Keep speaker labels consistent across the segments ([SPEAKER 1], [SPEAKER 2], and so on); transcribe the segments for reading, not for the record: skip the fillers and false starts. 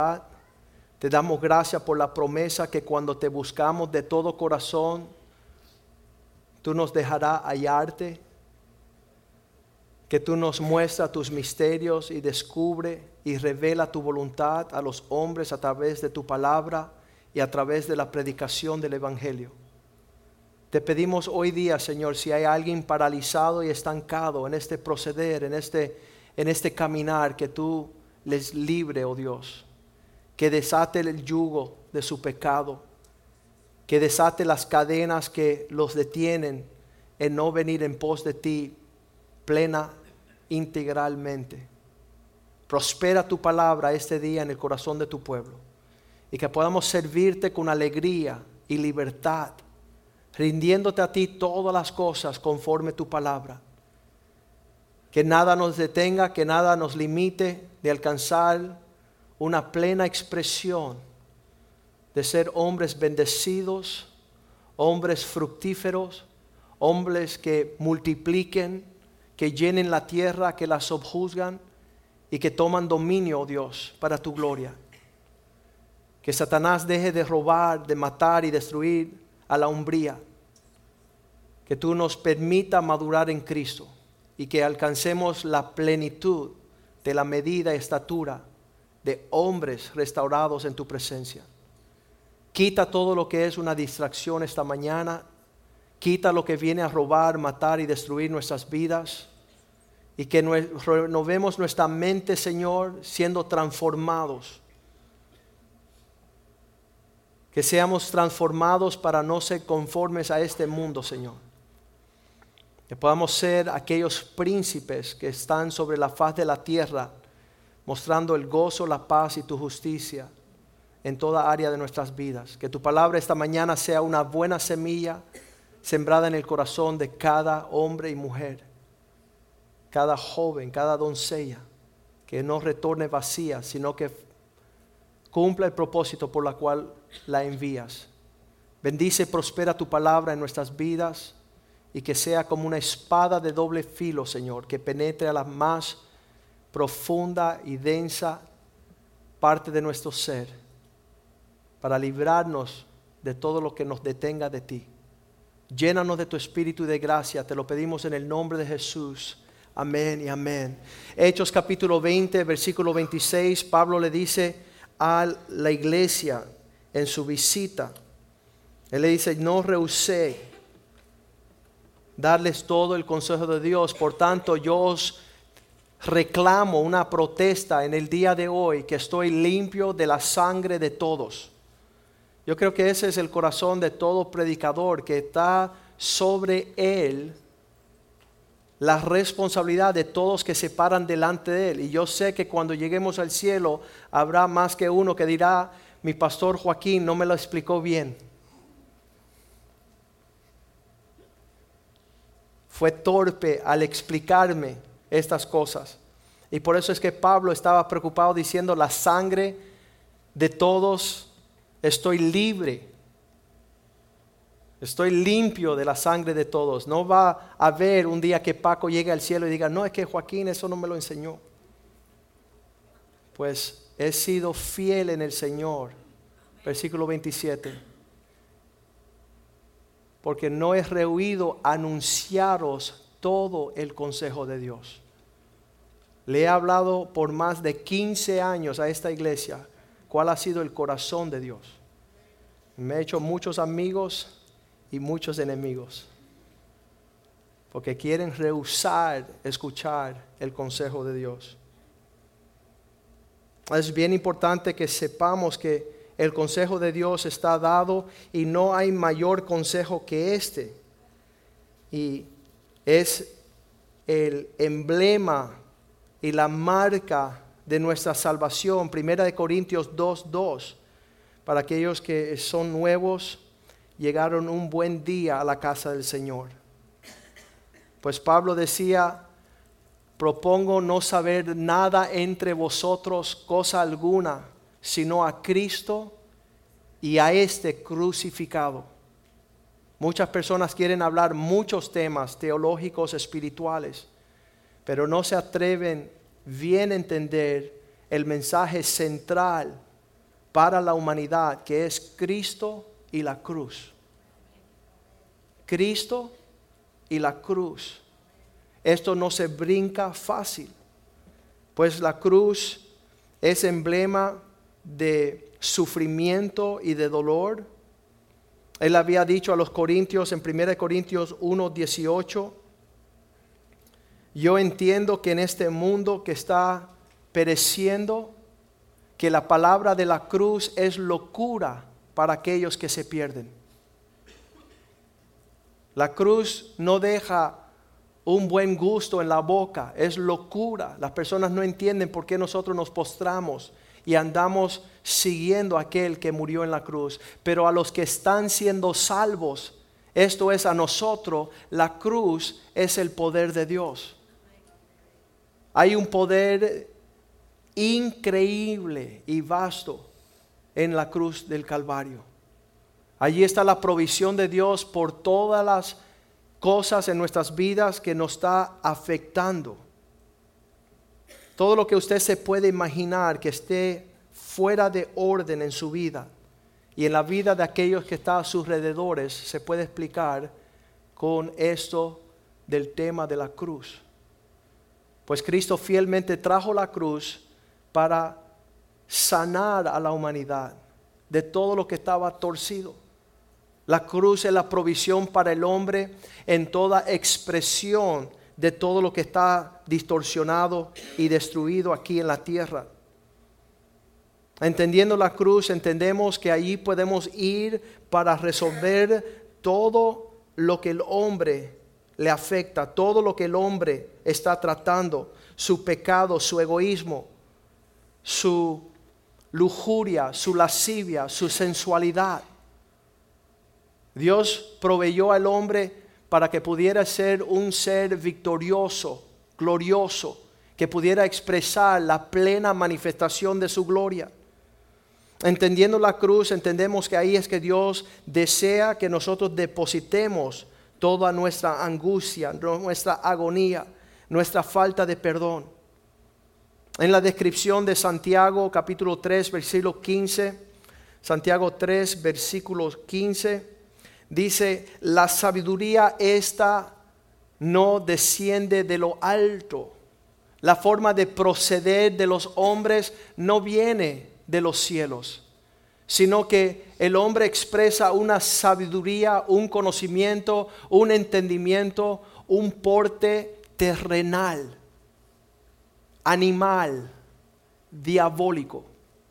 [SPEAKER 1] Te damos gracias por la promesa que cuando te buscamos de todo corazón, tú nos dejarás hallarte, que tú nos muestras tus misterios y descubre y revela tu voluntad a los hombres a través de tu palabra y a través de la predicación del Evangelio. Te pedimos hoy día, Señor, si hay alguien paralizado y estancado en este proceder, en este caminar, que tú les libre, oh Dios, que desate el yugo de su pecado, que desate las cadenas que los detienen en no venir en pos de ti plena, integralmente. Prospera tu palabra este día en el corazón de tu pueblo y que podamos servirte con alegría y libertad, rindiéndote a ti todas las cosas conforme tu palabra. Que nada nos detenga, que nada nos limite de alcanzar una plena expresión de ser hombres bendecidos, hombres fructíferos, hombres que multipliquen, que llenen la tierra, que la subjuzgan y que toman dominio, oh Dios, para tu gloria. Que Satanás deje de robar, de matar y destruir a la hombría. Que tú nos permita madurar en Cristo y que alcancemos la plenitud de la medida y estatura de hombres restaurados en tu presencia. Quita todo lo que es una distracción esta mañana. Quita lo que viene a robar, matar y destruir nuestras vidas. Y que renovemos nuestra mente, Señor, siendo transformados. Que seamos transformados para no ser conformes a este mundo, Señor. Que podamos ser aquellos príncipes que están sobre la faz de la tierra, mostrando el gozo, la paz y tu justicia en toda área de nuestras vidas. Que tu palabra esta mañana sea una buena semilla sembrada en el corazón de cada hombre y mujer, cada joven, cada doncella, que no retorne vacía, sino que cumpla el propósito por la cual la envías. Bendice y prospera tu palabra en nuestras vidas y que sea como una espada de doble filo, Señor, que penetre a la más profunda y densa parte de nuestro ser para librarnos de todo lo que nos detenga de ti. Llénanos de tu espíritu y de gracia, te lo pedimos en el nombre de Jesús. Amén y amén. Hechos capítulo 20, versículo 26, Pablo le dice a la iglesia en su visita, él le dice: no rehusé darles todo el consejo de Dios, por tanto yo os reclamo una protesta en el día de hoy, que estoy limpio de la sangre de todos. Yo creo que ese es el corazón de todo predicador, que está sobre él la responsabilidad de todos que se paran delante de él. Y yo sé que cuando lleguemos al cielo habrá más que uno que dirá: mi pastor Joaquín no me lo explicó bien, fue torpe al explicarme estas cosas. Y por eso es que Pablo estaba preocupado diciendo: la sangre de todos, estoy libre, estoy limpio de la sangre de todos. No va a haber un día que Paco llegue al cielo y diga: no, es que Joaquín eso no me lo enseñó. Pues he sido fiel en el Señor. Versículo 27. Porque no he rehuido anunciaros todo el consejo de Dios. Le he hablado por más de 15 años a esta iglesia cuál ha sido el corazón de Dios. Me he hecho muchos amigos y muchos enemigos, porque quieren rehusar escuchar el consejo de Dios. Es bien importante que sepamos que el consejo de Dios está dado y no hay mayor consejo que este. Y es el emblema y la marca de nuestra salvación. Primera de Corintios 2:2. Para aquellos que son nuevos, llegaron un buen día a la casa del Señor. Pues Pablo decía: propongo no saber nada entre vosotros, cosa alguna, sino a Cristo y a este crucificado. Muchas personas quieren hablar muchos temas teológicos, espirituales, pero no se atreven bien a entender el mensaje central para la humanidad, que es Cristo y la cruz. Cristo y la cruz. Esto no se brinca fácil, pues la cruz es emblema de sufrimiento y de dolor. Él había dicho a los corintios en 1 Corintios 1:18, yo entiendo que en este mundo que está pereciendo, que la palabra de la cruz es locura para aquellos que se pierden. La cruz no deja un buen gusto en la boca, es locura. Las personas no entienden por qué nosotros nos postramos y andamos siguiendo a aquel que murió en la cruz. Pero a los que están siendo salvos, esto es a nosotros, la cruz es el poder de Dios. Hay un poder increíble y vasto en la cruz del Calvario. Allí está la provisión de Dios por todas las cosas en nuestras vidas que nos está afectando. Todo lo que usted se puede imaginar que esté fuera de orden en su vida y en la vida de aquellos que están a sus alrededores se puede explicar con esto del tema de la cruz. Pues Cristo fielmente trajo la cruz para sanar a la humanidad de todo lo que estaba torcido. La cruz es la provisión para el hombre en toda expresión de todo lo que está distorsionado y destruido aquí en la tierra. Entendiendo la cruz, entendemos que allí podemos ir para resolver todo lo que el hombre le afecta, todo lo que el hombre está tratando, su pecado, su egoísmo, su lujuria, su lascivia, su sensualidad. Dios proveyó al hombre para que pudiera ser un ser victorioso, glorioso, que pudiera expresar la plena manifestación de su gloria. Entendiendo la cruz, entendemos que ahí es que Dios desea que nosotros depositemos toda nuestra angustia, nuestra agonía, nuestra falta de perdón. En la descripción de Santiago capítulo 3 versículo 15, Santiago 3 versículo 15, dice, la sabiduría esta no desciende de lo alto. La forma de proceder de los hombres no viene de los cielos, sino que el hombre expresa una sabiduría, un conocimiento, un entendimiento, un porte terrenal, animal, diabólico.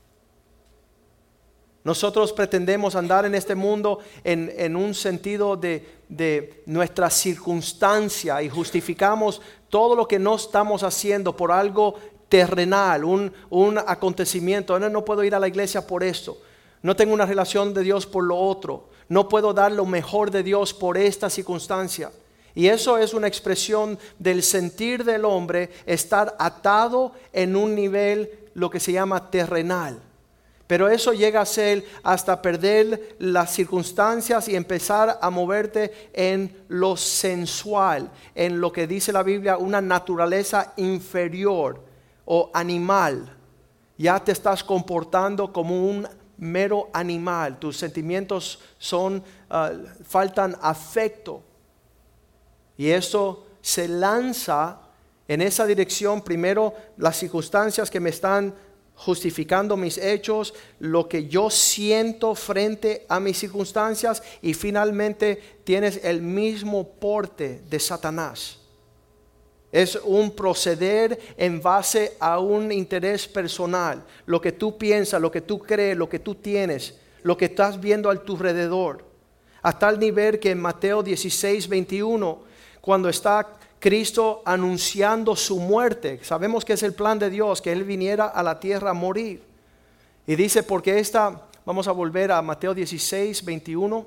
[SPEAKER 1] Nosotros pretendemos andar en este mundo en un sentido de nuestra circunstancia y justificamos todo lo que no estamos haciendo por algo terrenal, un acontecimiento. No puedo ir a la iglesia por esto, no tengo una relación de Dios por lo otro, no puedo dar lo mejor de Dios por esta circunstancia. Y eso es una expresión del sentir del hombre, estar atado en un nivel, lo que se llama terrenal. Pero eso llega a ser hasta perder las circunstancias y empezar a moverte en lo sensual, en lo que dice la Biblia, una naturaleza inferior o animal. Ya te estás comportando como un mero animal, tus sentimientos faltan afecto. Y eso se lanza en esa dirección. Primero, las circunstancias que me están justificando mis hechos, lo que yo siento frente a mis circunstancias, y finalmente tienes el mismo porte de Satanás. Es un proceder en base a un interés personal, lo que tú piensas, lo que tú crees, lo que tú tienes, lo que estás viendo a tu alrededor, a tal nivel que en Mateo 16:21, cuando está Cristo anunciando su muerte, sabemos que es el plan de Dios, que Él viniera a la tierra a morir. Y dice, porque vamos a volver a Mateo 16:21.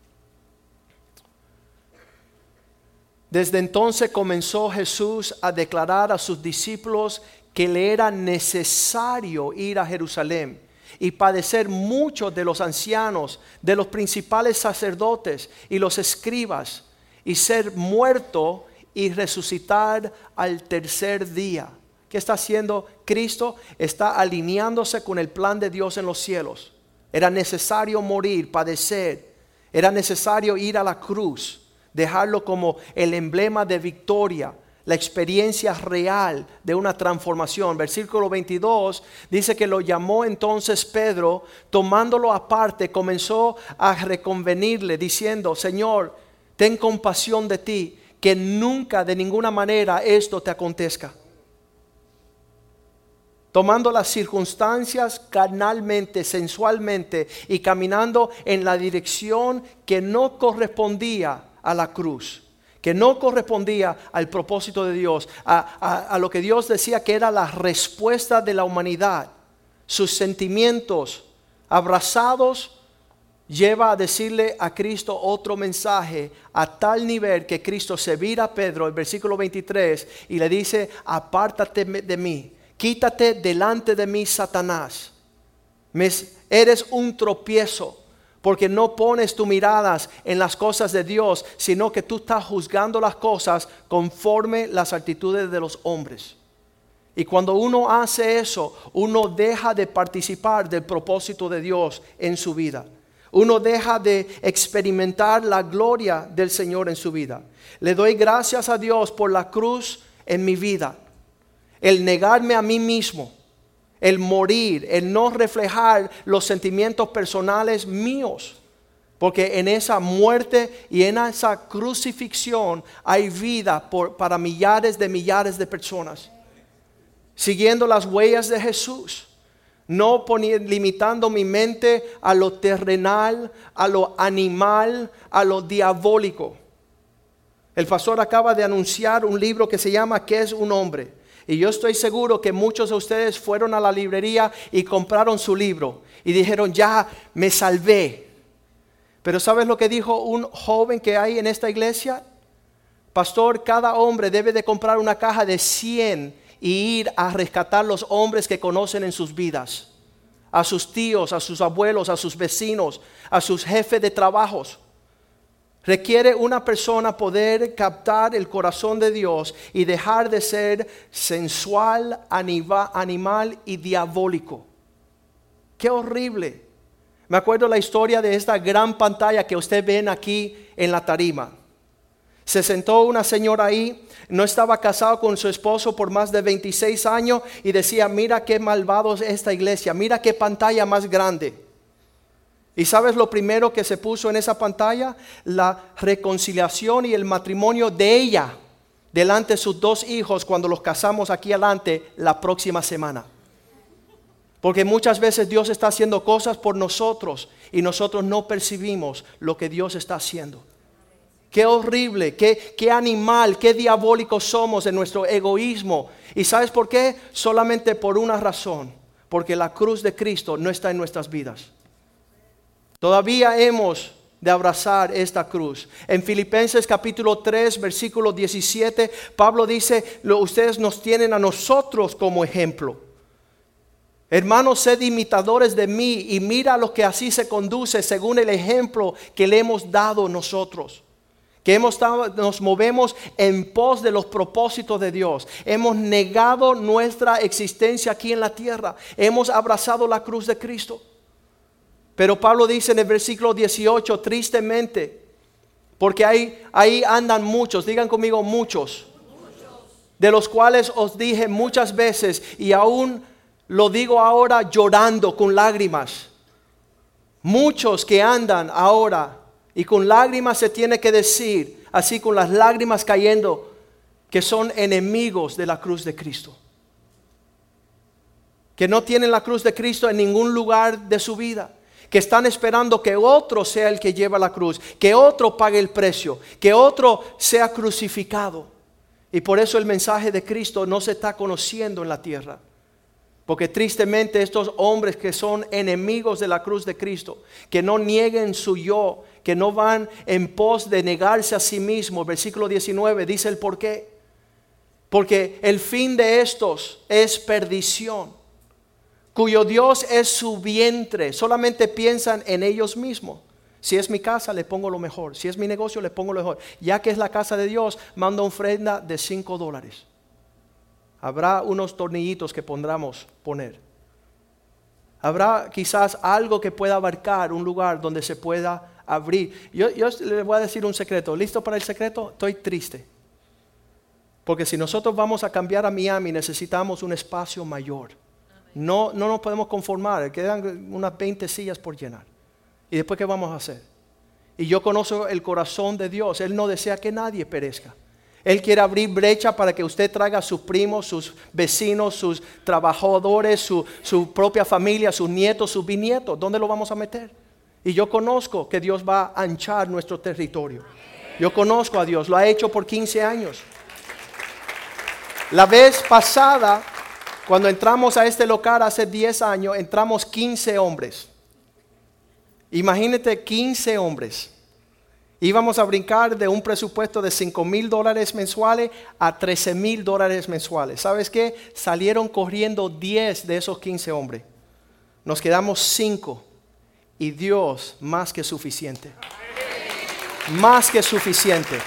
[SPEAKER 1] Desde entonces comenzó Jesús a declarar a sus discípulos que le era necesario ir a Jerusalén y padecer mucho de los ancianos, de los principales sacerdotes y los escribas, y ser muerto y resucitar al tercer día. ¿Qué está haciendo Cristo? Está alineándose con el plan de Dios en los cielos. Era necesario morir, padecer. Era necesario ir a la cruz, dejarlo como el emblema de victoria, la experiencia real de una transformación. Versículo 22 dice que lo llamó entonces Pedro, tomándolo aparte, comenzó a reconvenirle diciendo: Señor, ten compasión de ti, que nunca de ninguna manera esto te acontezca. Tomando las circunstancias carnalmente, sensualmente y caminando en la dirección que no correspondía a la cruz, que no correspondía al propósito de Dios, a lo que Dios decía que era la respuesta de la humanidad. Sus sentimientos abrazados lleva a decirle a Cristo otro mensaje a tal nivel que Cristo se vira a Pedro, el versículo 23, y le dice: apártate de mí, quítate delante de mí, Satanás. Eres un tropiezo, porque no pones tus miradas en las cosas de Dios, sino que tú estás juzgando las cosas conforme las actitudes de los hombres. Y cuando uno hace eso, uno deja de participar del propósito de Dios en su vida. Uno deja de experimentar la gloria del Señor en su vida. Le doy gracias a Dios por la cruz en mi vida. El negarme a mí mismo, el morir, el no reflejar los sentimientos personales míos, porque en esa muerte y en esa crucifixión hay vida para millares de personas, siguiendo las huellas de Jesús, no limitando mi mente a lo terrenal, a lo animal, a lo diabólico. El pastor acaba de anunciar un libro que se llama ¿Qué es un hombre? Y yo estoy seguro que muchos de ustedes fueron a la librería y compraron su libro y dijeron: ya me salvé. Pero ¿sabes lo que dijo un joven que hay en esta iglesia? Pastor, cada hombre debe de comprar una caja de 100 y ir a rescatar los hombres que conocen en sus vidas. A sus tíos, a sus abuelos, a sus vecinos, a sus jefes de trabajos. Requiere una persona poder captar el corazón de Dios y dejar de ser sensual, animal y diabólico. ¡Qué horrible! Me acuerdo la historia de esta gran pantalla que ustedes ven aquí en la tarima. Se sentó una señora ahí, no estaba casado con su esposo por más de 26 años y decía: mira qué malvado es esta iglesia, mira qué pantalla más grande. ¿Y sabes lo primero que se puso en esa pantalla? La reconciliación y el matrimonio de ella delante de sus 2 hijos cuando los casamos aquí adelante la próxima semana. Porque muchas veces Dios está haciendo cosas por nosotros y nosotros no percibimos lo que Dios está haciendo. Qué horrible, qué animal, qué diabólicos somos en nuestro egoísmo. ¿Y sabes por qué? Solamente por una razón: porque la cruz de Cristo no está en nuestras vidas. Todavía hemos de abrazar esta cruz. En Filipenses capítulo 3 versículo 17, Pablo dice: ustedes nos tienen a nosotros como ejemplo. Hermanos, sed imitadores de mí y mira lo que así se conduce según el ejemplo que le hemos dado nosotros. Que nos movemos en pos de los propósitos de Dios. Hemos negado nuestra existencia aquí en la tierra. Hemos abrazado la cruz de Cristo. Pero Pablo dice en el versículo 18, tristemente, porque ahí andan muchos, digan conmigo muchos, de los cuales os dije muchas veces y aún lo digo ahora llorando con lágrimas. Muchos que andan ahora y con lágrimas se tiene que decir, así con las lágrimas cayendo, que son enemigos de la cruz de Cristo. Que no tienen la cruz de Cristo en ningún lugar de su vida. Que están esperando que otro sea el que lleva la cruz, que otro pague el precio, que otro sea crucificado. Y por eso el mensaje de Cristo no se está conociendo en la tierra. Porque tristemente estos hombres que son enemigos de la cruz de Cristo, que no nieguen su yo, que no van en pos de negarse a sí mismo, versículo 19 dice el por qué. Porque el fin de estos es perdición, cuyo Dios es su vientre. Solamente piensan en ellos mismos. Si es mi casa, le pongo lo mejor. Si es mi negocio, le pongo lo mejor. Ya que es la casa de Dios, manda ofrenda de $5. Habrá unos tornillitos que podamos poner. Habrá quizás algo que pueda abarcar un lugar donde se pueda abrir. Yo les voy a decir un secreto. ¿Listo para el secreto? Estoy triste. Porque si nosotros vamos a cambiar a Miami, necesitamos un espacio mayor. No nos podemos conformar. Quedan unas 20 sillas por llenar. ¿Y después qué vamos a hacer? Y yo conozco el corazón de Dios. Él no desea que nadie perezca. Él quiere abrir brecha para que usted traiga a sus primos, sus vecinos, sus trabajadores, su propia familia, sus nietos, sus bisnietos. ¿Dónde lo vamos a meter? Y yo conozco que Dios va a anchar nuestro territorio. Yo conozco a Dios, lo ha hecho por 15 años. La vez pasada, cuando entramos a este local hace 10 años, entramos 15 hombres. Imagínate 15 hombres. Íbamos a brincar de un presupuesto de $5,000 mensuales a $13,000 mensuales. ¿Sabes qué? Salieron corriendo 10 de esos 15 hombres. Nos quedamos 5 y Dios más que suficiente. Más que suficiente.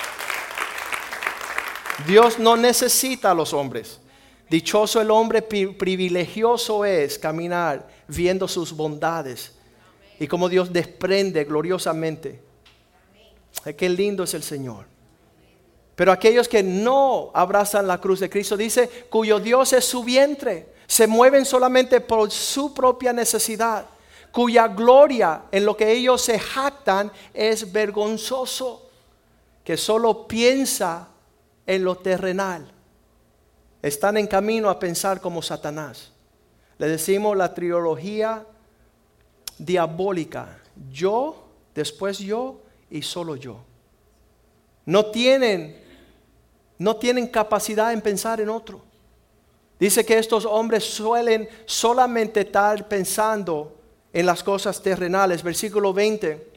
[SPEAKER 1] Dios no necesita a los hombres. Dichoso el hombre, privilegioso es caminar viendo sus bondades y cómo Dios desprende gloriosamente. Qué lindo es el Señor. Pero aquellos que no abrazan la cruz de Cristo, dice, cuyo Dios es su vientre, se mueven solamente por su propia necesidad, cuya gloria en lo que ellos se jactan es vergonzoso, que solo piensa en lo terrenal. Están en camino a pensar como Satanás. Le decimos la trilogía diabólica: yo, después yo y solo yo. No tienen capacidad en pensar en otro. Dice que estos hombres suelen solamente estar pensando en las cosas terrenales. Versículo 20.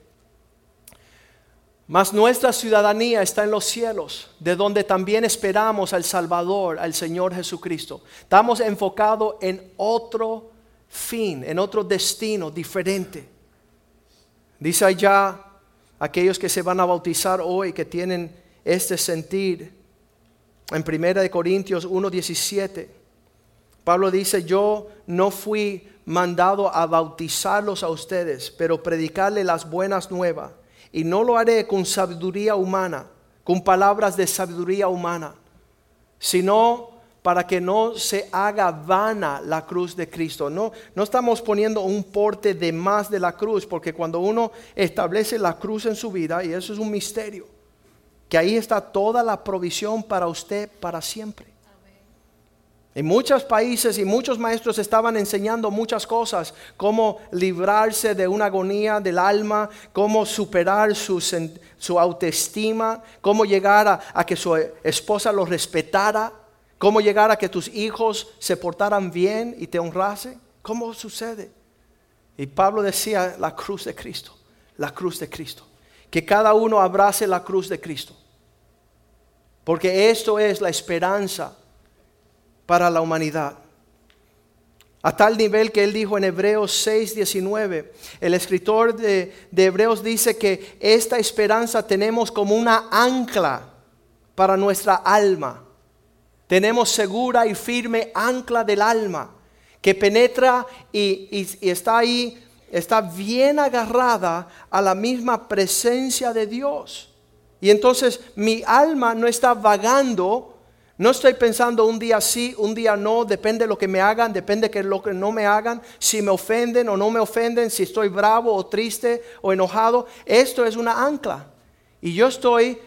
[SPEAKER 1] Mas nuestra ciudadanía está en los cielos, de donde también esperamos al Salvador, al Señor Jesucristo. Estamos enfocados en otro fin, en otro destino diferente. Dice allá aquellos que se van a bautizar hoy, que tienen este sentir. En 1 Corintios 1:17, Pablo dice: yo no fui mandado a bautizarlos a ustedes, pero predicarles las buenas nuevas. Y no lo haré con sabiduría humana, con palabras de sabiduría humana, sino para que no se haga vana la cruz de Cristo. No estamos poniendo un porte de más de la cruz, porque cuando uno establece la cruz en su vida, y eso es un misterio, que ahí está toda la provisión para usted para siempre. En muchos países y muchos maestros estaban enseñando muchas cosas, cómo librarse de una agonía del alma, cómo superar su autoestima, cómo llegar a que su esposa lo respetara, cómo llegar a que tus hijos se portaran bien y te honrasen. ¿Cómo sucede? Y Pablo decía: la cruz de Cristo, la cruz de Cristo. Que cada uno abrace la cruz de Cristo, porque esto es la esperanza para la humanidad. A tal nivel que él dijo en Hebreos 6:19, el escritor de Hebreos dice que esta esperanza tenemos como una ancla para nuestra alma. Tenemos segura y firme ancla del alma, que penetra y está ahí, está bien agarrada a la misma presencia de Dios. Y entonces mi alma no está vagando. No estoy pensando un día sí, un día no, depende de lo que me hagan, depende de lo que no me hagan, si me ofenden o no me ofenden, si estoy bravo o triste o enojado. Esto es una ancla. Y yo estoy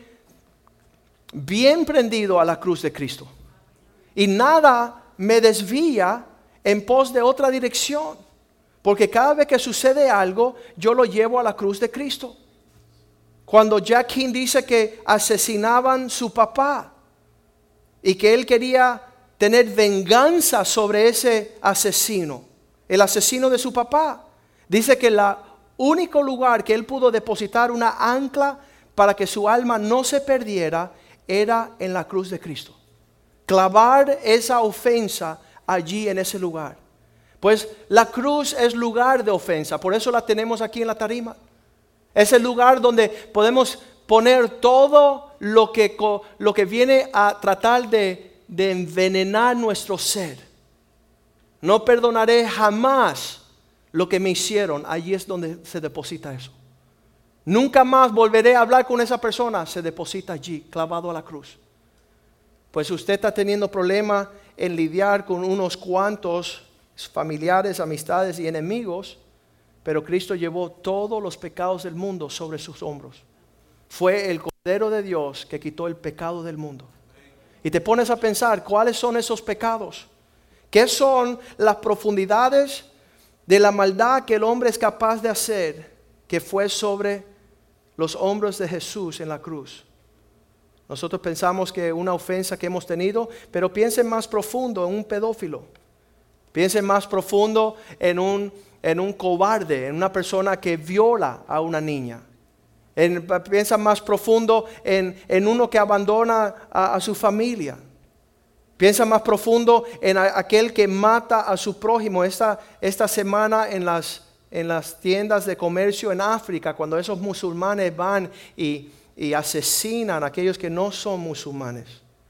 [SPEAKER 1] bien prendido a la cruz de Cristo. Y nada me desvía en pos de otra dirección. Porque cada vez que sucede algo, yo lo llevo a la cruz de Cristo. Cuando Jack King dice que asesinaban su papá, y que él quería tener venganza sobre ese asesino, el asesino de su papá, dice que el único lugar que él pudo depositar una ancla para que su alma no se perdiera era en la cruz de Cristo. Clavar esa ofensa allí en ese lugar. Pues la cruz es lugar de ofensa, por eso la tenemos aquí en la tarima. Es el lugar donde podemos poner todo lo que viene a tratar de de envenenar nuestro ser. No perdonaré jamás lo que me hicieron. Allí es donde se deposita eso. Nunca más volveré a hablar con esa persona. Se deposita allí, clavado a la cruz. Pues usted está teniendo problema en lidiar con unos cuantos familiares, amistades y enemigos, pero Cristo llevó todos los pecados del mundo sobre sus hombros. Fue el Cordero de Dios que quitó el pecado del mundo. Y te pones a pensar, ¿cuáles son esos pecados? ¿Qué son las profundidades de la maldad que el hombre es capaz de hacer, que fue sobre los hombros de Jesús en la cruz? Nosotros pensamos que una ofensa que hemos tenido, pero piensen más profundo en un pedófilo. Piensen más profundo en un cobarde, en una persona que viola a una niña. Piensa más profundo en uno que abandona a su familia. Piensa más profundo en aquel que mata a su prójimo. Esta semana en las tiendas de comercio en África, cuando esos musulmanes van y asesinan a aquellos que no son musulmanes.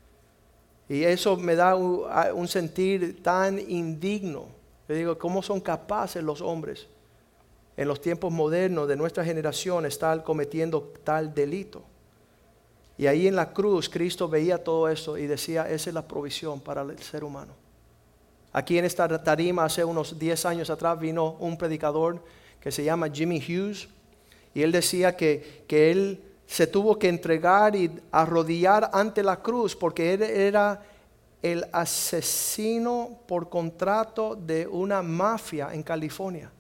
[SPEAKER 1] Y eso me da un sentir tan indigno. Yo digo, ¿cómo son capaces los hombres en los tiempos modernos de nuestra generación estar cometiendo tal delito? Y ahí en la cruz Cristo veía todo eso y decía, esa es la provisión para el ser humano. Aquí en esta tarima hace unos 10 años atrás vino un predicador que se llama Jimmy Hughes. Y él decía que él se tuvo que entregar y arrodillar ante la cruz porque él era el asesino por contrato de una mafia en California.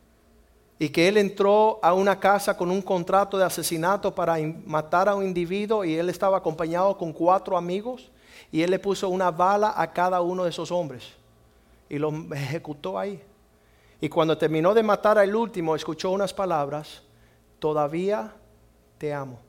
[SPEAKER 1] Y que él entró a una casa con un contrato de asesinato para matar a un individuo y él estaba acompañado con 4 amigos y él le puso una bala a cada uno de esos hombres y los ejecutó ahí. Y cuando terminó de matar al último, escuchó unas palabras: todavía te amo.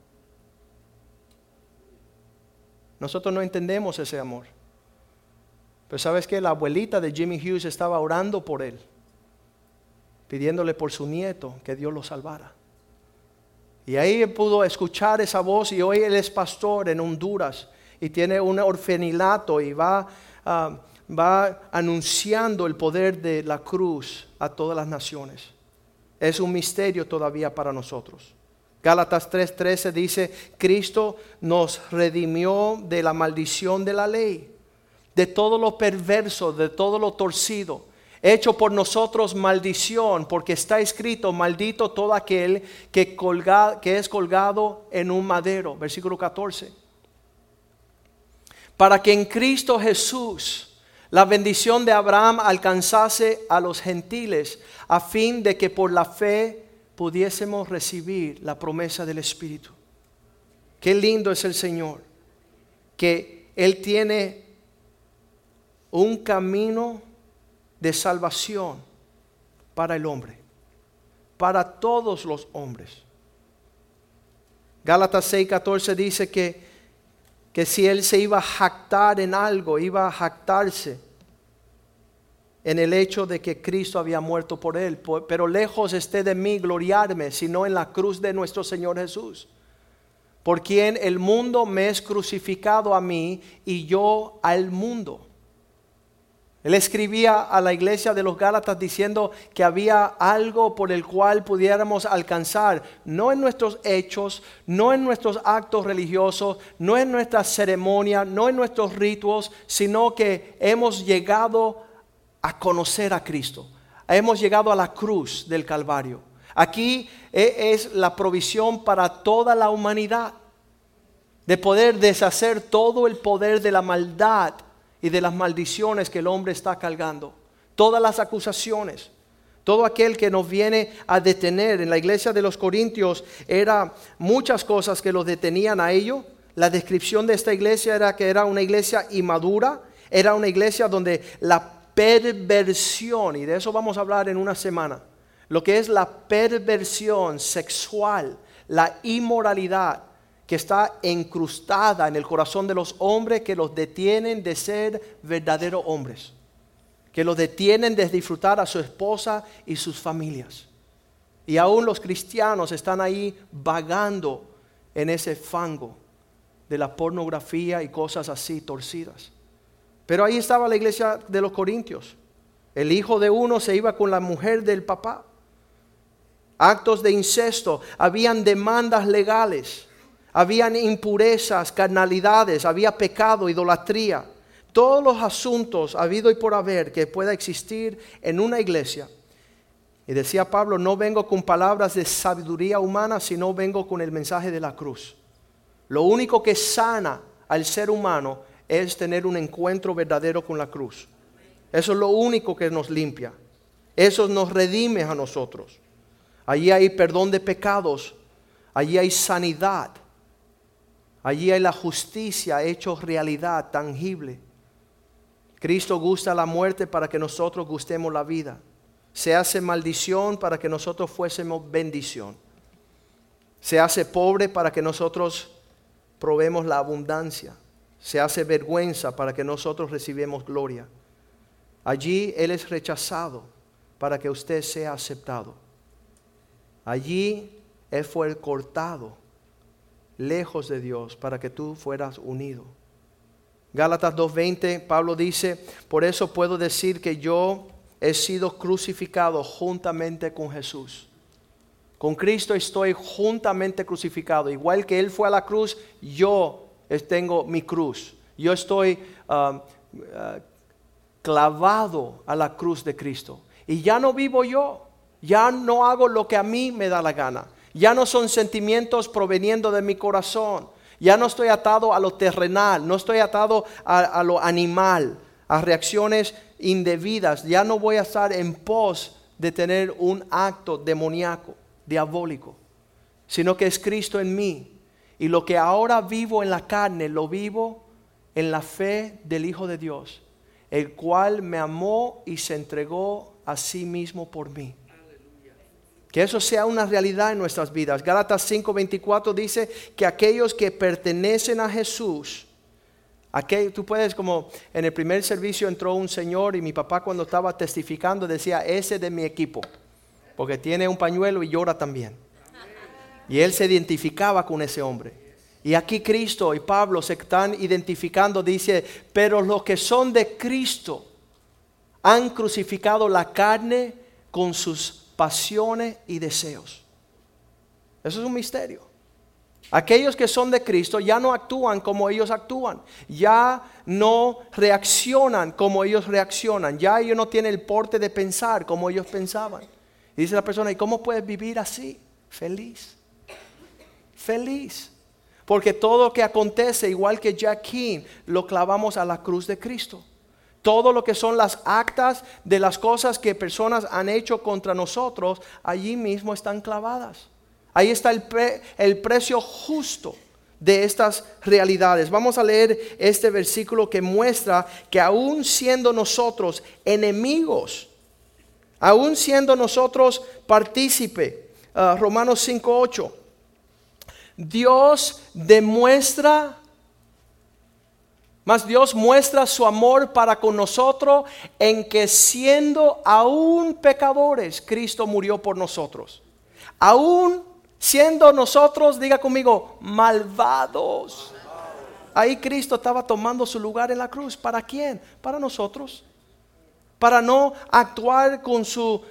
[SPEAKER 1] Nosotros no entendemos ese amor. Pero ¿sabes qué? La abuelita de Jimmy Hughes estaba orando por él, pidiéndole por su nieto que Dios lo salvara. Y ahí pudo escuchar esa voz y hoy él es pastor en Honduras y tiene un orfanato y va anunciando el poder de la cruz a todas las naciones. Es un misterio todavía para nosotros. Gálatas 3:13 dice, Cristo nos redimió de la maldición de la ley, de todo lo perverso, de todo lo torcido, hecho por nosotros maldición, porque está escrito, maldito todo aquel que es colgado en un madero. Versículo 14. Para que en Cristo Jesús la bendición de Abraham alcanzase a los gentiles, a fin de que por la fe pudiésemos recibir la promesa del Espíritu. Qué lindo es el Señor, que Él tiene un camino de salvación para el hombre, para todos los hombres. Gálatas 6:14 dice que si Él se iba a jactar en algo, iba a jactarse en el hecho de que Cristo había muerto por él. Pero lejos esté de mí gloriarme, sino en la cruz de nuestro Señor Jesús, por quien el mundo me es crucificado a mí y yo al mundo. Él escribía a la iglesia de los Gálatas diciendo que había algo por el cual pudiéramos alcanzar, no en nuestros hechos, no en nuestros actos religiosos, no en nuestras ceremonias, no en nuestros ritos, sino que hemos llegado a conocer a Cristo. Hemos llegado a la cruz del Calvario. Aquí es la provisión para toda la humanidad, de poder deshacer todo el poder de la maldad y de las maldiciones que el hombre está cargando. Todas las acusaciones, todo aquel que nos viene a detener. En la iglesia de los Corintios era muchas cosas que los detenían a ellos. La descripción de esta iglesia era que era una iglesia inmadura, era una iglesia donde la perversión, y de eso vamos a hablar en una semana, lo que es la perversión sexual, la inmoralidad que está incrustada en el corazón de los hombres, que los detienen de ser verdaderos hombres, que los detienen de disfrutar a su esposa y sus familias. Y aún los cristianos están ahí vagando en ese fango de la pornografía y cosas así torcidas. Pero ahí estaba la iglesia de los Corintios. El hijo de uno se iba con la mujer del papá. Actos de incesto, habían demandas legales, habían impurezas, carnalidades, había pecado, idolatría. Todos los asuntos habido y por haber que pueda existir en una iglesia. Y decía Pablo, no vengo con palabras de sabiduría humana, sino vengo con el mensaje de la cruz. Lo único que sana al ser humano es tener un encuentro verdadero con la cruz. Eso es lo único que nos limpia. Eso nos redime a nosotros. Allí hay perdón de pecados. Allí hay sanidad. Allí hay la justicia hecho realidad, tangible. Cristo gusta la muerte para que nosotros gustemos la vida. Se hace maldición para que nosotros fuésemos bendición. Se hace pobre para que nosotros probemos la abundancia. Se hace vergüenza para que nosotros recibamos gloria. Allí Él es rechazado para que usted sea aceptado. Allí Él fue cortado lejos de Dios para que tú fueras unido. Gálatas 2:20, Pablo dice, por eso puedo decir que yo he sido crucificado juntamente con Jesús. Con Cristo estoy juntamente crucificado. Igual que Él fue a la cruz, yo tengo mi cruz. Yo estoy clavado a la cruz de Cristo. Y ya no vivo yo. Ya no hago lo que a mí me da la gana. Ya no son sentimientos proveniendo de mi corazón. Ya no estoy atado a lo terrenal. No estoy atado a lo animal, a reacciones indebidas. Ya no voy a estar en pos de tener un acto demoníaco, diabólico, sino que es Cristo en mí. Y lo que ahora vivo en la carne, lo vivo en la fe del Hijo de Dios, el cual me amó y se entregó a sí mismo por mí. Que eso sea una realidad en nuestras vidas. Gálatas 5:24 dice que aquellos que pertenecen a Jesús, tú puedes, como en el primer servicio entró un señor y mi papá cuando estaba testificando decía, ese de mi equipo, porque tiene un pañuelo y llora también. Y él se identificaba con ese hombre. Y aquí Cristo y Pablo se están identificando, dice, pero los que son de Cristo han crucificado la carne con sus pasiones y deseos. Eso es un misterio. Aquellos que son de Cristo ya no actúan como ellos actúan. Ya no reaccionan como ellos reaccionan. Ya ellos no tienen el porte de pensar como ellos pensaban. Y dice la persona, ¿y cómo puedes vivir así? Feliz. Feliz. Porque todo lo que acontece, igual que Jack King, lo clavamos a la cruz de Cristo. Todo lo que son las actas de las cosas que personas han hecho contra nosotros, allí mismo están clavadas. Ahí está el precio justo de estas realidades. Vamos a leer este versículo que muestra que aún siendo nosotros enemigos, aún siendo nosotros partícipe, Romanos 5:8, Dios muestra su amor para con nosotros en que siendo aún pecadores, Cristo murió por nosotros. Aún siendo nosotros, diga conmigo, malvados. Ahí Cristo estaba tomando su lugar en la cruz. ¿Para quién? Para nosotros. Para no actuar con su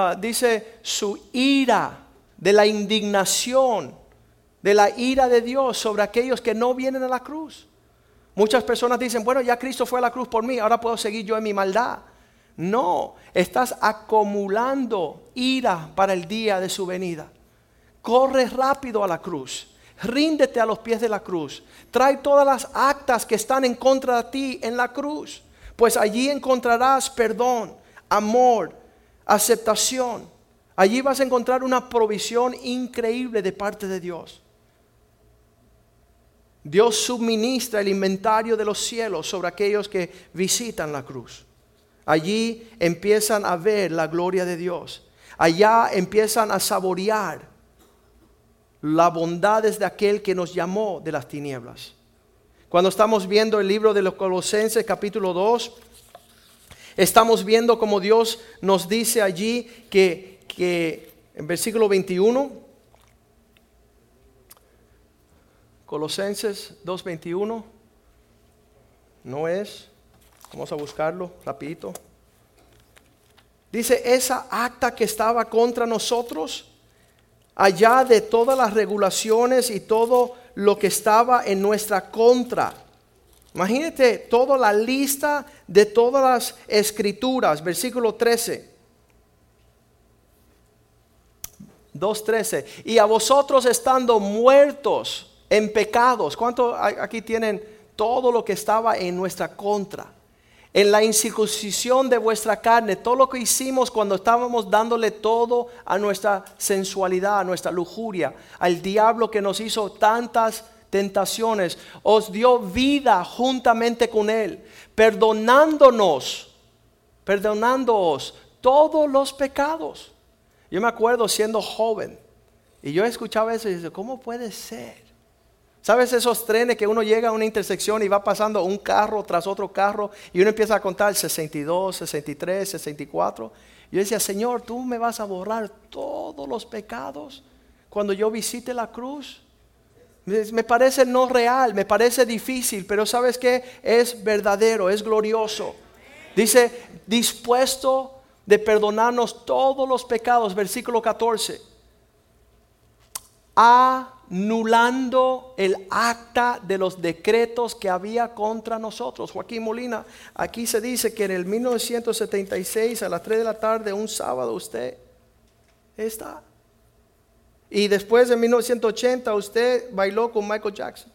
[SPEAKER 1] ira, de la indignación, de la ira de Dios sobre aquellos que no vienen a la cruz. Muchas personas dicen, bueno, ya Cristo fue a la cruz por mí, ahora puedo seguir yo en mi maldad. No, estás acumulando ira para el día de su venida. Corre rápido a la cruz, ríndete a los pies de la cruz. Trae todas las actas que están en contra de ti en la cruz, pues allí encontrarás perdón, amor, aceptación. Allí vas a encontrar una provisión increíble de parte de Dios. Dios suministra el inventario de los cielos sobre aquellos que visitan la cruz. Allí empiezan a ver la gloria de Dios. Allá empiezan a saborear las bondades de aquel que nos llamó de las tinieblas. Cuando estamos viendo el libro de los Colosenses capítulo 2, estamos viendo como Dios nos dice allí que en versículo 21, Colosenses 2:21, no es. Vamos a buscarlo rapidito. Dice, esa acta que estaba contra nosotros, allá de todas las regulaciones y todo lo que estaba en nuestra contra. Imagínate toda la lista de todas las escrituras. Versículo 13. 2:13. Y a vosotros estando muertos en pecados. ¿Cuántos aquí tienen todo lo que estaba en nuestra contra? En la incircuncisión de vuestra carne, todo lo que hicimos cuando estábamos dándole todo a nuestra sensualidad, a nuestra lujuria, al diablo que nos hizo tantas tentaciones, os dio vida juntamente con él, perdonándoos todos los pecados. Yo me acuerdo siendo joven y yo escuchaba eso y decía, ¿cómo puede ser? ¿Sabes esos trenes que uno llega a una intersección y va pasando un carro tras otro carro y uno empieza a contar 62, 63, 64? Yo decía, Señor, ¿tú me vas a borrar todos los pecados cuando yo visite la cruz? Me parece no real, me parece difícil, pero ¿sabes qué? Es verdadero, es glorioso. Dice, dispuesto de perdonarnos todos los pecados, versículo 14. Anulando el acta de los decretos que había contra nosotros. Joaquín Molina, aquí se dice que en el 1976 a las 3 de la tarde, un sábado, usted está. Y después de 1980 usted bailó con Michael Jackson.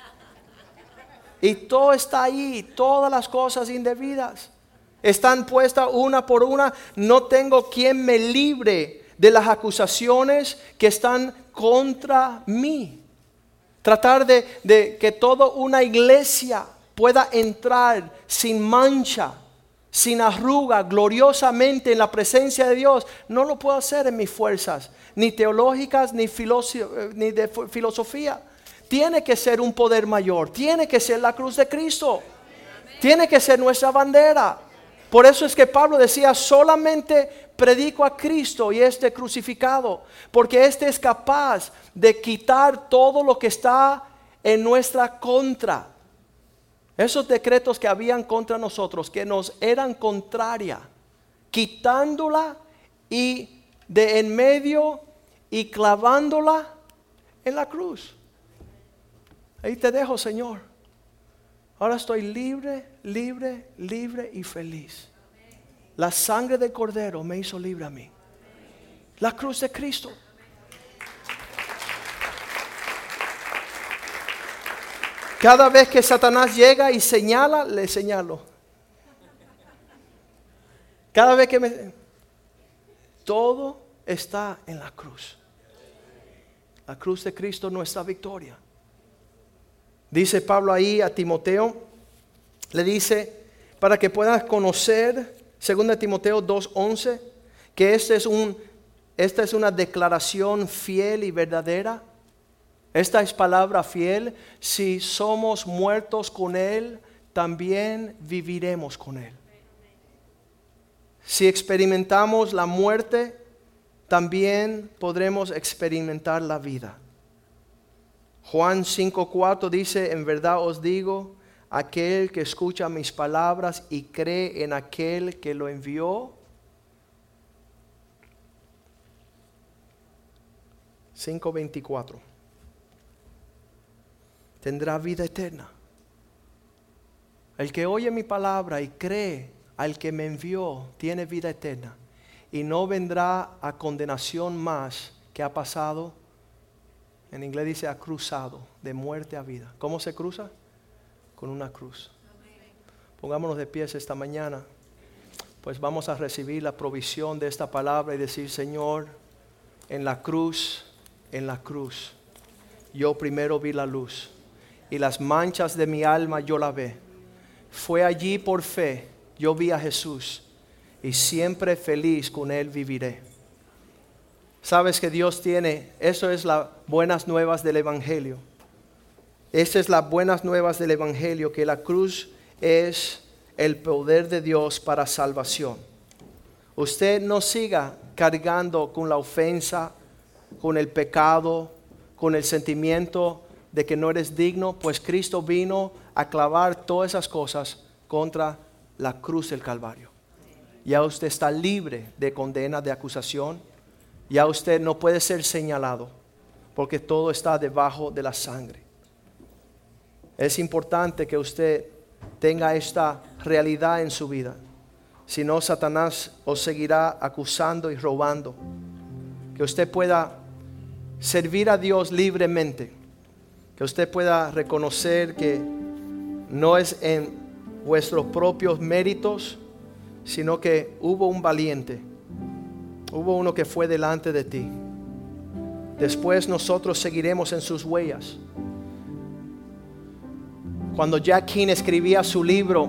[SPEAKER 1] Y todo está ahí, todas las cosas indebidas están puestas una por una. No tengo quien me libre de las acusaciones que están contra mí. Tratar de que toda una iglesia pueda entrar sin mancha, sin arruga, gloriosamente en la presencia de Dios, no lo puedo hacer en mis fuerzas, ni teológicas, ni de filosofía. Tiene que ser un poder mayor, tiene que ser la cruz de Cristo, tiene que ser nuestra bandera. Por eso es que Pablo decía, solamente predico a Cristo y este crucificado, porque este es capaz de quitar todo lo que está en nuestra contra. Esos decretos que habían contra nosotros, que nos eran contraria, quitándola y de en medio y clavándola en la cruz. Ahí te dejo, Señor. Ahora estoy libre, libre, libre y feliz. La sangre del Cordero me hizo libre a mí. La cruz de Cristo. Cada vez que Satanás llega y señala, le señalo. Cada vez que todo está en la cruz. La cruz de Cristo, nuestra victoria. Dice Pablo ahí a Timoteo, le dice, para que puedas conocer, 2 Timoteo 2:11, que esta es una declaración fiel y verdadera. Esta es palabra fiel. Si somos muertos con Él, también viviremos con Él. Si experimentamos la muerte, también podremos experimentar la vida. Juan 5:4 dice, en verdad os digo, aquel que escucha mis palabras y cree en aquel que lo envió. 5:24. Tendrá vida eterna. El que oye mi palabra y cree al que me envió, tiene vida eterna. Y no vendrá a condenación más, que ha pasado. En inglés dice ha cruzado de muerte a vida. ¿Cómo se cruza? Con una cruz. Pongámonos de pies esta mañana. Pues vamos a recibir la provisión de esta palabra y decir, Señor, en la cruz, yo primero vi la luz. Y las manchas de mi alma yo la ve. Fue allí por fe, yo vi a Jesús. Y siempre feliz con Él viviré. Sabes que Dios tiene, eso es las buenas nuevas del Evangelio. Esas es las buenas nuevas del Evangelio, que la cruz es el poder de Dios para salvación. Usted no siga cargando con la ofensa, con el pecado, con el sentimiento de que no eres digno, pues Cristo vino a clavar todas esas cosas contra la cruz del Calvario. Ya usted está libre de condena, de acusación. Ya usted no puede ser señalado porque todo está debajo de la sangre. Es importante que usted tenga esta realidad en su vida. Si no, Satanás os seguirá acusando y robando. Que usted pueda servir a Dios libremente. Que usted pueda reconocer que no es en vuestros propios méritos, sino que hubo un valiente. Hubo uno que fue delante de ti. Después nosotros seguiremos en sus huellas. Cuando Jack King escribía su libro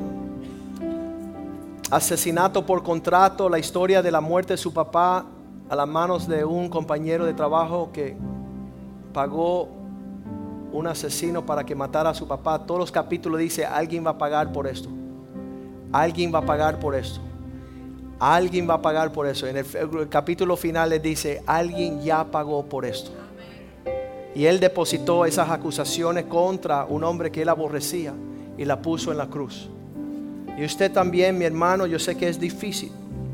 [SPEAKER 1] Asesinato por contrato, la historia de la muerte de su papá a las manos de un compañero de trabajo que pagó un asesino para que matara a su papá, todos los capítulos dice: alguien va a pagar por esto, alguien va a pagar por esto, alguien va a pagar por eso. En el capítulo final le dice: alguien ya pagó por esto. Y él depositó esas acusaciones contra un hombre que él aborrecía y la puso en la cruz. Y usted también, mi hermano, yo sé que es difícil.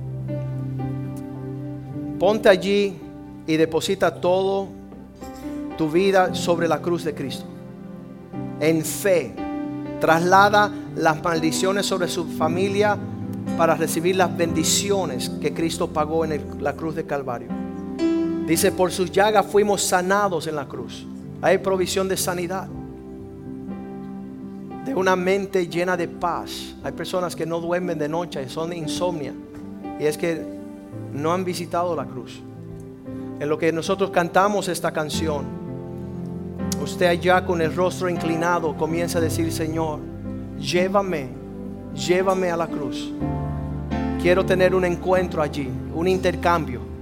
[SPEAKER 1] Ponte allí y deposita todo tu vida sobre la cruz de Cristo. En fe, traslada las maldiciones sobre su familia para recibir las bendiciones que Cristo pagó en la cruz de Calvario. Dice: por sus llagas fuimos sanados en la cruz. Hay provisión de sanidad, de una mente llena de paz. Hay personas que no duermen de noche, son de insomnia, y es que no han visitado la cruz. En lo que nosotros cantamos esta canción, usted allá con el rostro inclinado comienza a decir: Señor, llévame a la cruz. Quiero tener un encuentro allí, un intercambio.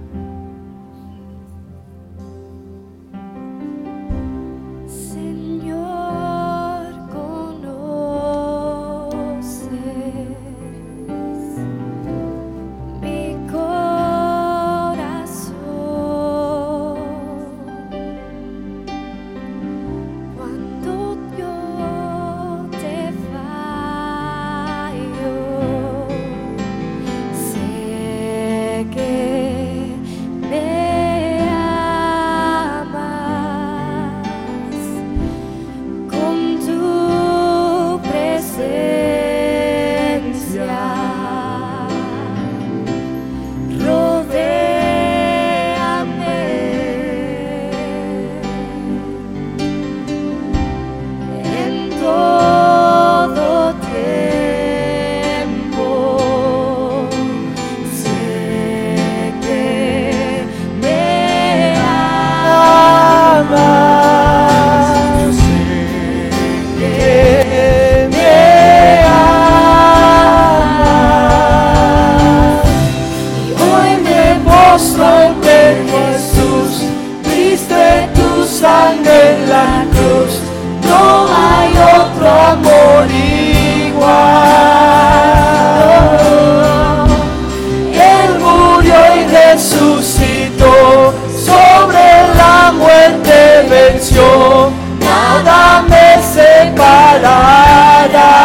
[SPEAKER 1] Nada me separará.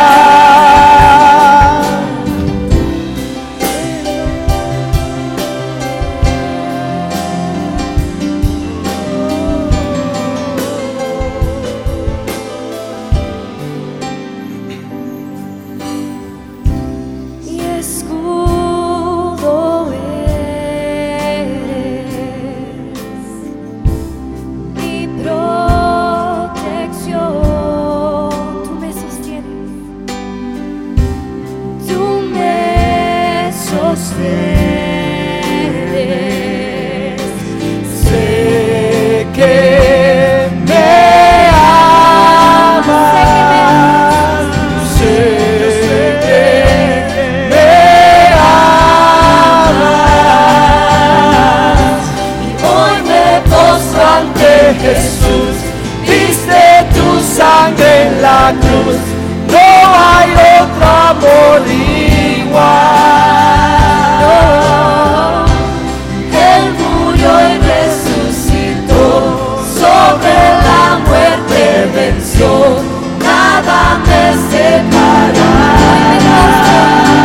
[SPEAKER 2] Mi escudo eres, mi protección. Tú me sostienes, tú me sostienes.
[SPEAKER 1] Sé que me amas. Sé que me amas.
[SPEAKER 2] Y hoy me postro ante
[SPEAKER 1] Jesús, diste tu sangre en la cruz. No hay otro amor igual.
[SPEAKER 2] Él murió y resucitó, sobre la muerte venció, nada me separará.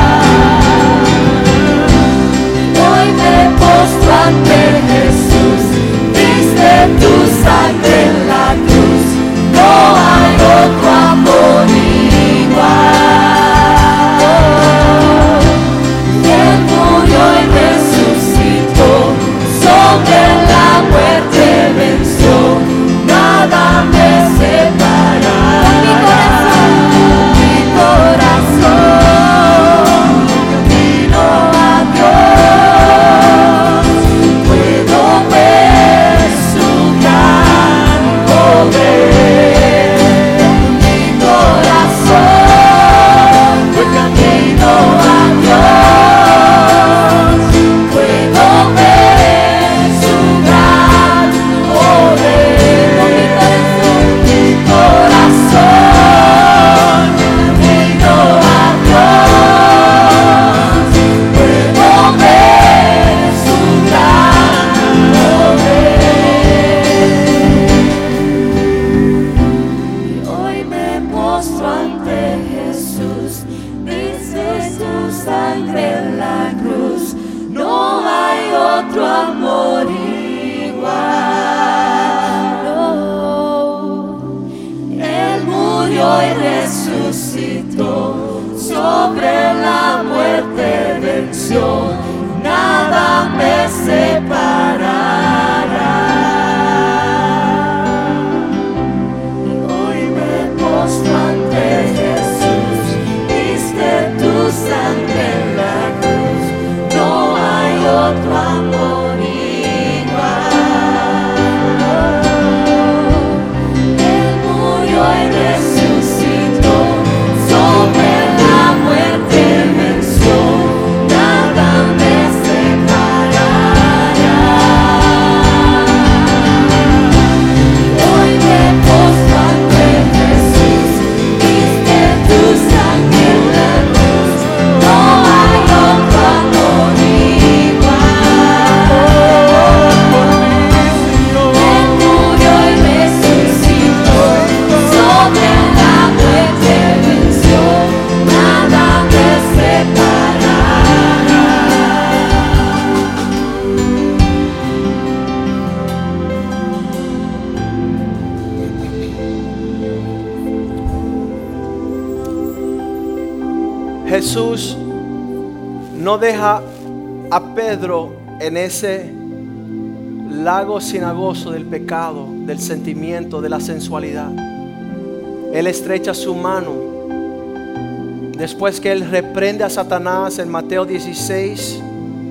[SPEAKER 1] Jesús no deja a Pedro en ese lago cenagoso del pecado, del sentimiento, de la sensualidad. Él estrecha su mano. Después que Él reprende a Satanás en Mateo 16,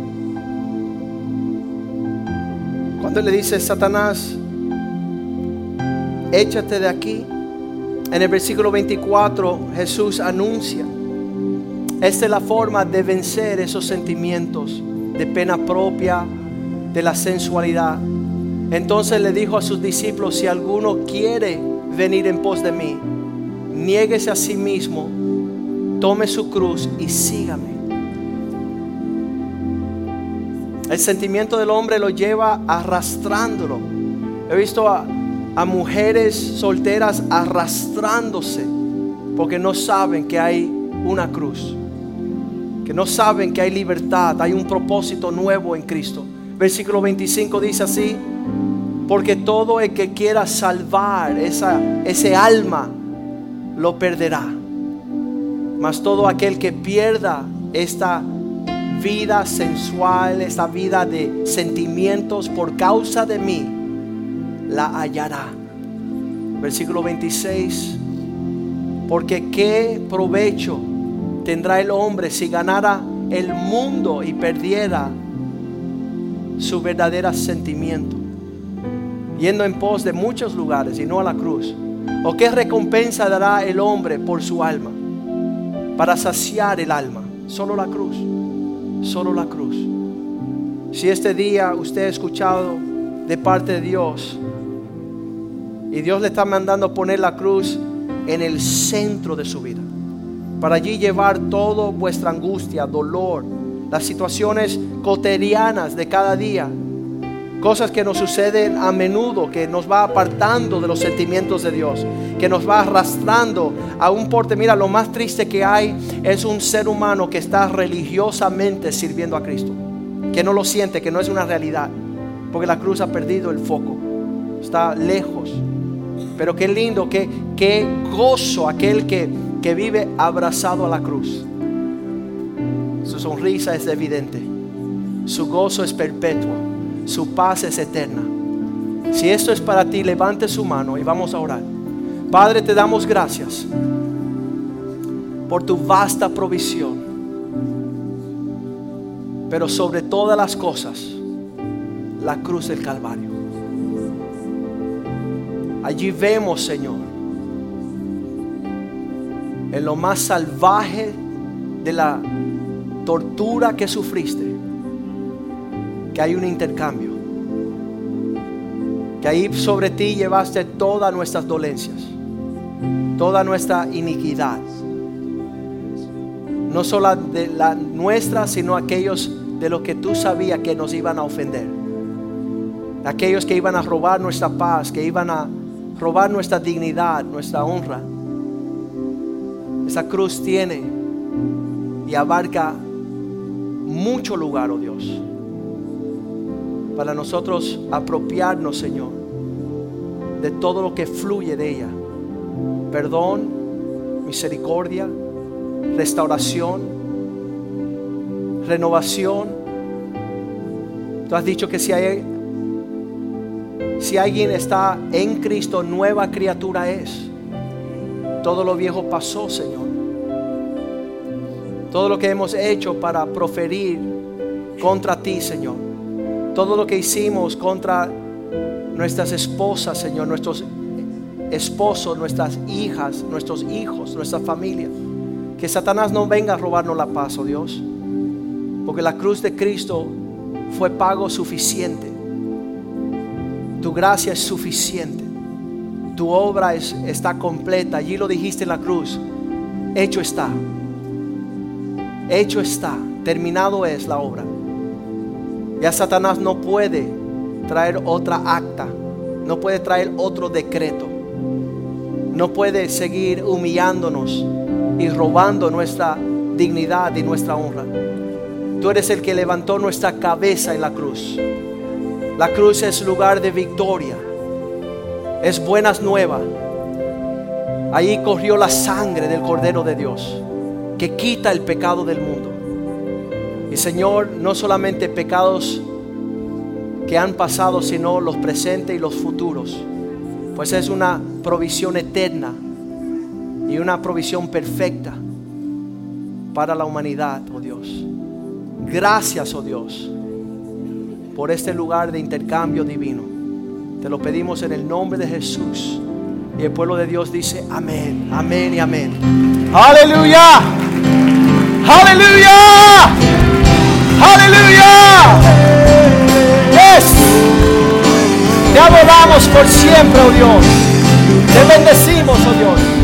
[SPEAKER 1] cuando le dice: Satanás, échate de aquí. En el versículo 24 Jesús anuncia: esta es la forma de vencer esos sentimientos de pena propia, de la sensualidad. Entonces le dijo a sus discípulos: si alguno quiere venir en pos de mí, niéguese a sí mismo, tome su cruz y sígame. El sentimiento del hombre lo lleva arrastrándolo. He visto a mujeres solteras arrastrándose porque no saben que hay una cruz, que no saben que hay libertad, hay un propósito nuevo en Cristo. Versículo 25 dice así: porque todo el que quiera salvar ese alma lo perderá, mas todo aquel que pierda esta vida sensual, esta vida de sentimientos por causa de mí, la hallará. Versículo 26: porque qué provecho tendrá el hombre si ganara el mundo y perdiera su verdadero sentimiento, yendo en pos de muchos lugares y no a la cruz. ¿O qué recompensa dará el hombre por su alma? Para saciar el alma, solo la cruz, solo la cruz. Si este día usted ha escuchado de parte de Dios y Dios le está mandando poner la cruz en el centro de su vida, para allí llevar toda vuestra angustia, dolor, las situaciones cotidianas de cada día, cosas que nos suceden a menudo, que nos va apartando de los sentimientos de Dios, que nos va arrastrando a un porte. Mira, lo más triste que hay es un ser humano que está religiosamente sirviendo a Cristo, que no lo siente, que no es una realidad, porque la cruz ha perdido el foco, está lejos. Pero qué lindo, qué gozo aquel que vive abrazado a la cruz. Su sonrisa es evidente, su gozo es perpetuo, su paz es eterna. Si esto es para ti, levante su mano y vamos a orar. Padre, te damos gracias por tu vasta provisión, pero sobre todas las cosas, la cruz del Calvario. Allí vemos, Señor, en lo más salvaje de la tortura que sufriste, que hay un intercambio, que ahí sobre ti llevaste todas nuestras dolencias, toda nuestra iniquidad, no solo de la nuestra, sino aquellos de los que tú sabías que nos iban a ofender, aquellos que iban a robar nuestra paz, que iban a robar nuestra dignidad, nuestra honra. Esa cruz tiene y abarca mucho lugar, oh Dios, para nosotros apropiarnos, Señor, de todo lo que fluye de ella: perdón, misericordia, restauración, renovación. Tú has dicho que si alguien está en Cristo, nueva criatura es. Todo lo viejo pasó, Señor. Todo lo que hemos hecho para proferir contra ti, Señor, todo lo que hicimos contra nuestras esposas, Señor, nuestros esposos, nuestras hijas, nuestros hijos, nuestra familia, que Satanás no venga a robarnos la paz, oh Dios, porque la cruz de Cristo fue pago suficiente. Tu gracia es suficiente, tu obra está completa. Allí lo dijiste en la cruz: hecho está, hecho está, terminado es la obra. Ya Satanás no puede traer otra acta, no puede traer otro decreto, no puede seguir humillándonos y robando nuestra dignidad y nuestra honra. Tú eres el que levantó nuestra cabeza en la cruz. La cruz es lugar de victoria, es buenas nuevas. Allí corrió la sangre del Cordero de Dios. que quita el pecado del mundo. Y Señor, no solamente pecados que han pasado, sino los presentes y los futuros, pues es una provisión eterna y una provisión perfecta para la humanidad, oh Dios. Gracias, oh Dios, por este lugar de intercambio divino. Te lo pedimos en el nombre de Jesús. Y el pueblo de Dios dice amén, amén y amén. Aleluya, aleluya, aleluya. Yes. Te adoramos por siempre, oh Dios. Te bendecimos, oh Dios.